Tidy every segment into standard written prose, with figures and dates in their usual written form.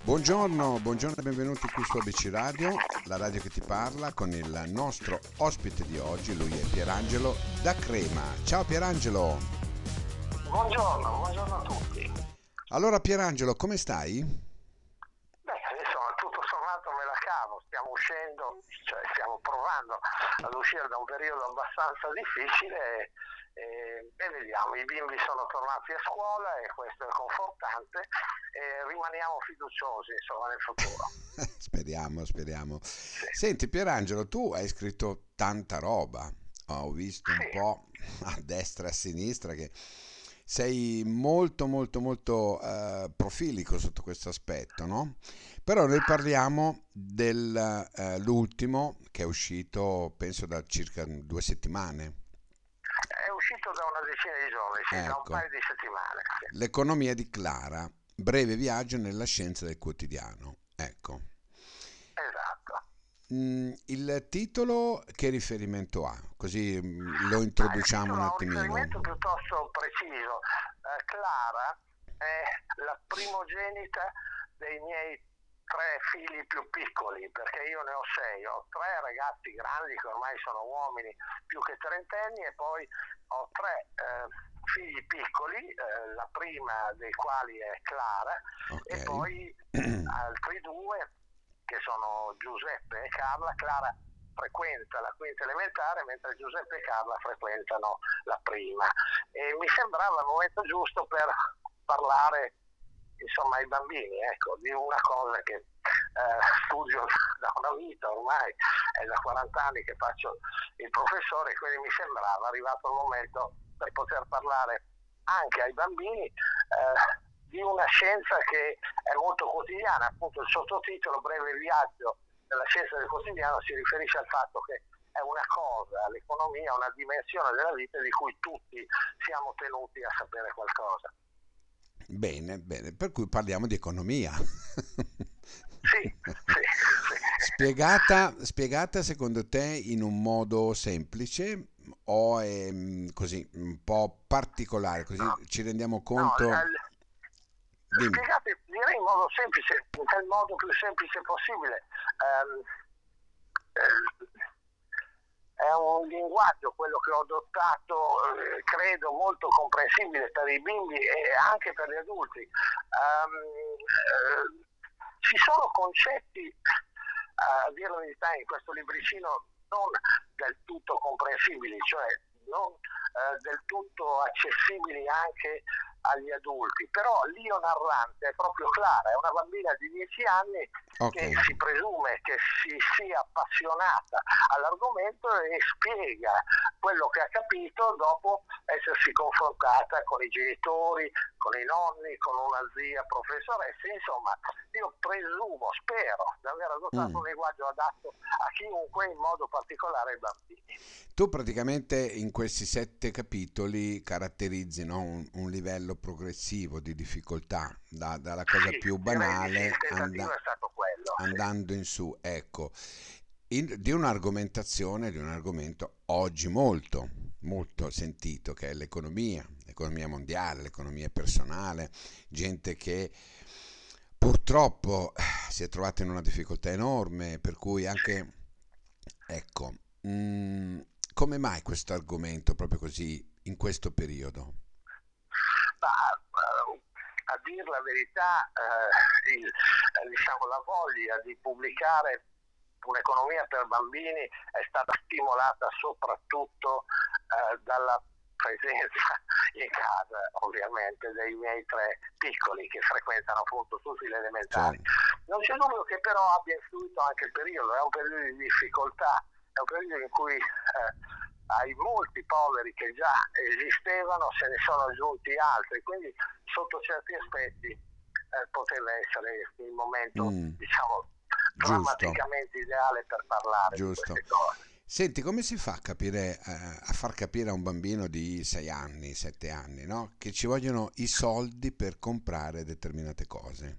Buongiorno e benvenuti qui su ABC Radio, la radio che ti parla, con il nostro ospite di oggi. Lui è Pierangelo da Crema. Ciao Pierangelo! Buongiorno a tutti. Allora Pierangelo, come stai? Beh, insomma, tutto sommato me la cavo, stiamo uscendo, cioè stiamo provando ad uscire da un periodo abbastanza difficile e vediamo, i bimbi sono tornati a scuola e questo è confortante e rimaniamo fiduciosi, insomma, nel futuro. Speriamo. Sì, Senti Pierangelo, tu hai scritto tanta roba, ho visto un sì, po' a destra e a sinistra che sei molto profilico sotto questo aspetto, no? Però noi parliamo dell'ultimo che è uscito, penso da circa 2 settimane. è uscito da una decina di giorni, sì, da un Ecco, paio di settimane, sì. l'economia di Clara, breve viaggio nella scienza del quotidiano. Ecco. Esatto. Il titolo che riferimento ha? Così lo Ma il introduciamo un titolo ha un attimino. riferimento piuttosto preciso. Clara è la primogenita dei miei tre figli più piccoli, perché io ne ho sei, ho tre ragazzi grandi che ormai sono uomini più che trentenni e poi ho tre figli piccoli, la prima dei quali è Clara Ok. e poi altri due che sono Giuseppe e Carla. Clara frequenta la quinta elementare mentre Giuseppe e Carla frequentano la prima e mi sembrava il momento giusto per parlare insomma ai bambini, ecco, di una cosa che studio da una vita ormai, è da 40 anni che faccio il professore, quindi mi sembrava arrivato il momento per poter parlare anche ai bambini di una scienza che è molto quotidiana. Appunto il sottotitolo Breve viaggio nella scienza del quotidiano si riferisce al fatto che è una cosa, l'economia, una dimensione della vita di cui tutti siamo tenuti a sapere qualcosa. Bene, per cui parliamo di economia. Sì, sì, sì. Spiegata secondo te in un modo semplice o è così un po' particolare, No, così ci rendiamo no, conto? Dimmi. spiegate, direi in modo semplice, nel modo più semplice possibile. Ehm, è un linguaggio quello che ho adottato, credo molto comprensibile per i bimbi e anche per gli adulti. Ci sono concetti, a dire la verità, in questo libricino non del tutto comprensibili, cioè non del tutto accessibili anche agli adulti, però l'io narrante è proprio Clara, è una bambina di 10 anni Ok. che si presume che si sia appassionata all'argomento e spiega quello che ha capito dopo essersi confrontata con i genitori, con i nonni, con una zia professoressa. Insomma, io presumo, spero di aver adottato Mm. un linguaggio adatto a chiunque, in modo particolare ai bambini. Tu praticamente in questi 7 capitoli caratterizzi, no, un livello progressivo di difficoltà, dalla cosa Sì, più direi di sì, banale il tentativo è stato quello. Sì. andando in su, ecco, di un'argomentazione, di un argomento oggi molto sentito, che è l'economia mondiale, l'economia personale, gente che purtroppo si è trovata in una difficoltà enorme, per cui Sì. anche, ecco, come mai questo argomento proprio così in questo periodo? Ma a dir la verità, diciamo, la voglia di pubblicare un'economia per bambini è stata stimolata soprattutto dalla presenza in casa, ovviamente, dei miei tre piccoli che frequentano appunto tutti le elementari. Cioè, Non c'è dubbio che però abbia influito anche il periodo, è un periodo di difficoltà, è un periodo in cui ai molti poveri che già esistevano se ne sono aggiunti altri, quindi sotto certi aspetti poteva essere il momento, mm, diciamo, giusto, drammaticamente ideale per parlare di giusto. queste cose. Senti, come si fa a capire, a far capire a un bambino di 6 anni, 7 anni, no? Che ci vogliono i soldi per comprare determinate cose?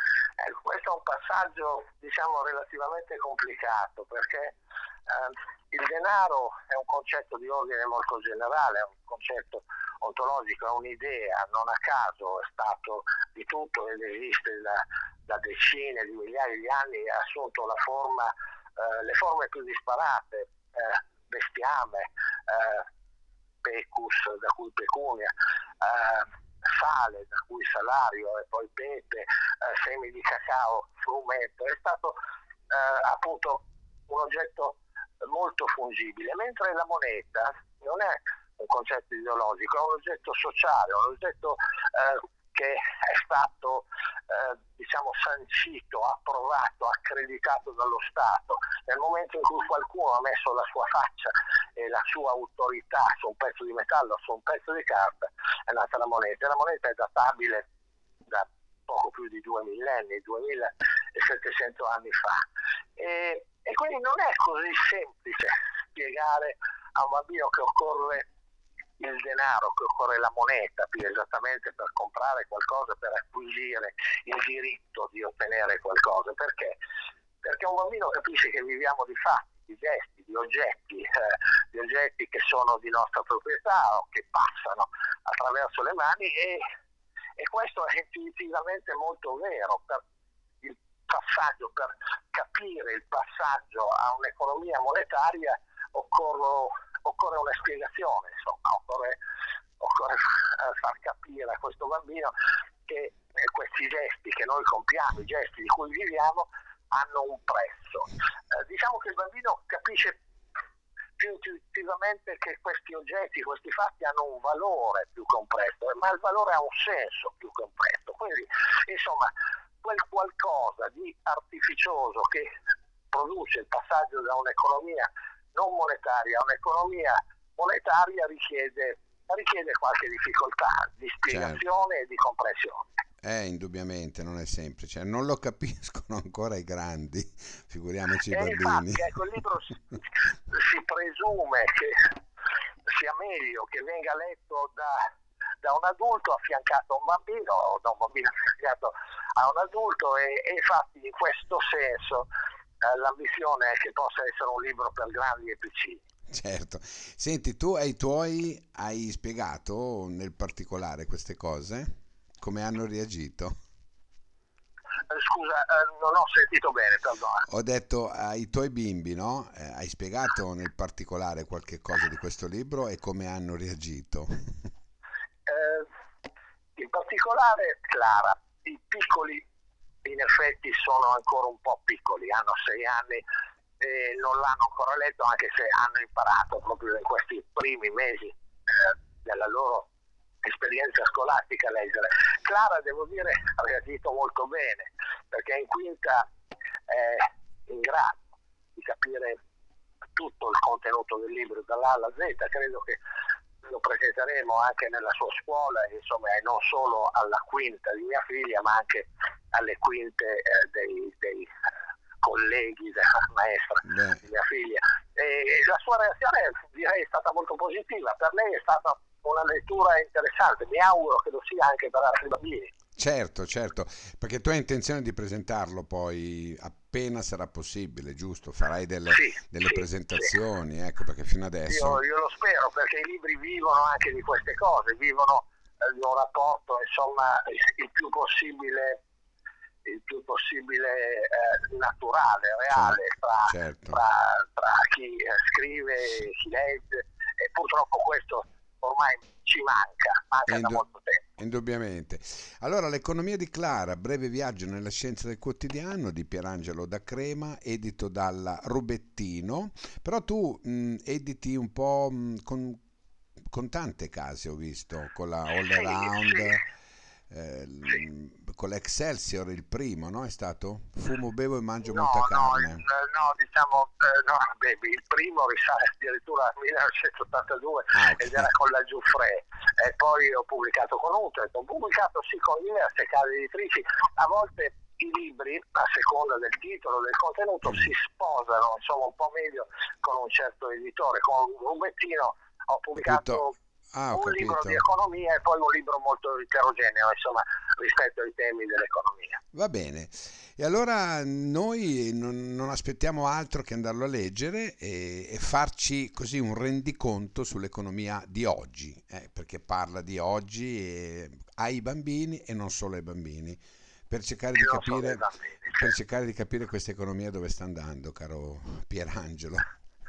Questo è un passaggio, diciamo, relativamente complicato perché il denaro è un concetto di ordine molto generale, è un concetto ontologico, è un'idea, non a caso è stato di tutto ed esiste da decine di migliaia di anni, ha assunto le forme più disparate, bestiame, pecus, da cui pecunia, sale, da cui salario, e poi pepe, semi di cacao, frumento. È stato appunto un oggetto molto fungibile, mentre la moneta non è un concetto ideologico, è un oggetto sociale, un oggetto che è stato diciamo sancito, approvato, accreditato dallo Stato. Nel momento in cui qualcuno ha messo la sua faccia e la sua autorità su un pezzo di metallo, su un pezzo di carta, è nata la moneta. La moneta è databile da poco più di 2 millenni, 2700 anni fa. E quindi non è così semplice spiegare a un bambino che occorre il denaro, che occorre la moneta più esattamente per comprare qualcosa, per acquisire il diritto di ottenere qualcosa. Perché? Perché un bambino capisce che viviamo di fatti, di gesti, di oggetti che sono di nostra proprietà o che passano attraverso le mani, e questo è intuitivamente molto vero. Per capire il passaggio a un'economia monetaria occorre una spiegazione, insomma, occorre far capire a questo bambino che questi gesti che noi compiamo, i gesti di cui viviamo, hanno un prezzo. Diciamo che il bambino capisce più intuitivamente che questi oggetti, questi fatti hanno un valore più che un prezzo, ma il valore ha un senso più che un prezzo. Quindi, insomma, quel qualcosa di artificioso che produce il passaggio da un'economia non monetaria a un'economia monetaria richiede qualche difficoltà di spiegazione e di comprensione. Indubbiamente non è semplice, non lo capiscono ancora i grandi, figuriamoci i bambini. Infatti, ecco, il libro si presume che sia meglio che venga letto da un adulto affiancato a un bambino, o da un bambino affiancato a un adulto, e infatti in questo senso l'ambizione è che possa essere un libro per grandi e piccini. Certo. Senti, tu ai tuoi hai spiegato nel particolare queste cose? Come hanno reagito? Scusa, non ho sentito bene, perdona. Ho detto ai tuoi bimbi, no? Hai spiegato nel particolare qualche cosa di questo libro e come hanno reagito? In particolare, Clara, i piccoli in effetti sono ancora un po' piccoli, hanno 6 anni e non l'hanno ancora letto, anche se hanno imparato proprio in questi primi mesi della loro esperienza scolastica a leggere. Clara, devo dire, ha reagito molto bene, perché in quinta è in grado di capire tutto il contenuto del libro dall'A alla Z. Credo che lo presenteremo anche nella sua scuola, insomma, e non solo alla quinta di mia figlia, ma anche alle quinte dei colleghi della maestra di mia figlia. E la sua reazione, direi, è stata molto positiva. Per lei è stata una lettura interessante, mi auguro che lo sia anche per altri bambini. Certo, certo, perché tu hai intenzione di presentarlo poi appena sarà possibile, giusto? Farai delle presentazioni, sì. Ecco, perché fino adesso... Io lo spero, perché i libri vivono anche di queste cose, vivono di un rapporto, insomma, il più possibile naturale, reale, certo. tra chi scrive e chi legge, e purtroppo questo ormai ci manca da molto tempo. Indubbiamente. Allora, l'economia di Clara, breve viaggio nella scienza del quotidiano di Pierangelo da Crema, edito dalla Rubettino, però tu editi un po' con tante case, ho visto, con la All Around, con l'Excelsior, il primo, no? È stato? Fumo, bevo e mangio molta carne. No, diciamo, il primo risale addirittura al 1982 ed era con la Giuffre, e poi ho pubblicato con Utrecht, ho pubblicato sì con diverse case editrici. A volte i libri, a seconda del titolo, del contenuto, si sposano, insomma, un po' meglio con un certo editore. Con Rubettino ho pubblicato Ah, ho un libro capito. di economia e poi un libro molto eterogeneo, insomma, rispetto ai temi dell'economia. Va bene. E allora noi non aspettiamo altro che andarlo a leggere e farci così un rendiconto sull'economia di oggi, perché parla di oggi ai bambini e non solo ai bambini, per cercare E di non solo ai capire, bambini, per certo. cercare di capire questa economia dove sta andando, caro Pierangelo.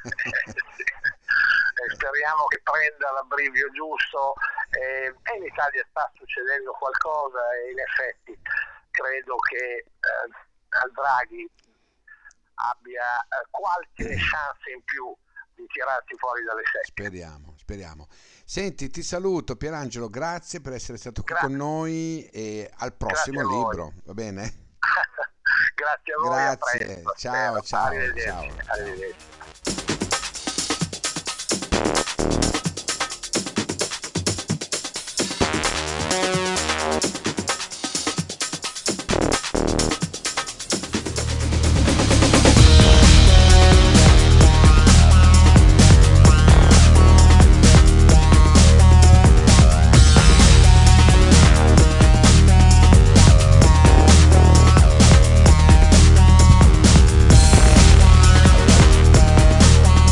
E speriamo che prenda l'abbrivio giusto, e in Italia sta succedendo qualcosa e in effetti credo che Draghi abbia qualche chance in più di tirarsi fuori dalle secche. Speriamo, speriamo. Senti, ti saluto Pierangelo, grazie per essere stato qui con Gra- noi e al Grazie prossimo a voi. libro, va bene? Grazie a voi, a Grazie, presto, ciao, spero. ciao, Arrivederci. ciao, ciao. Arrivederci.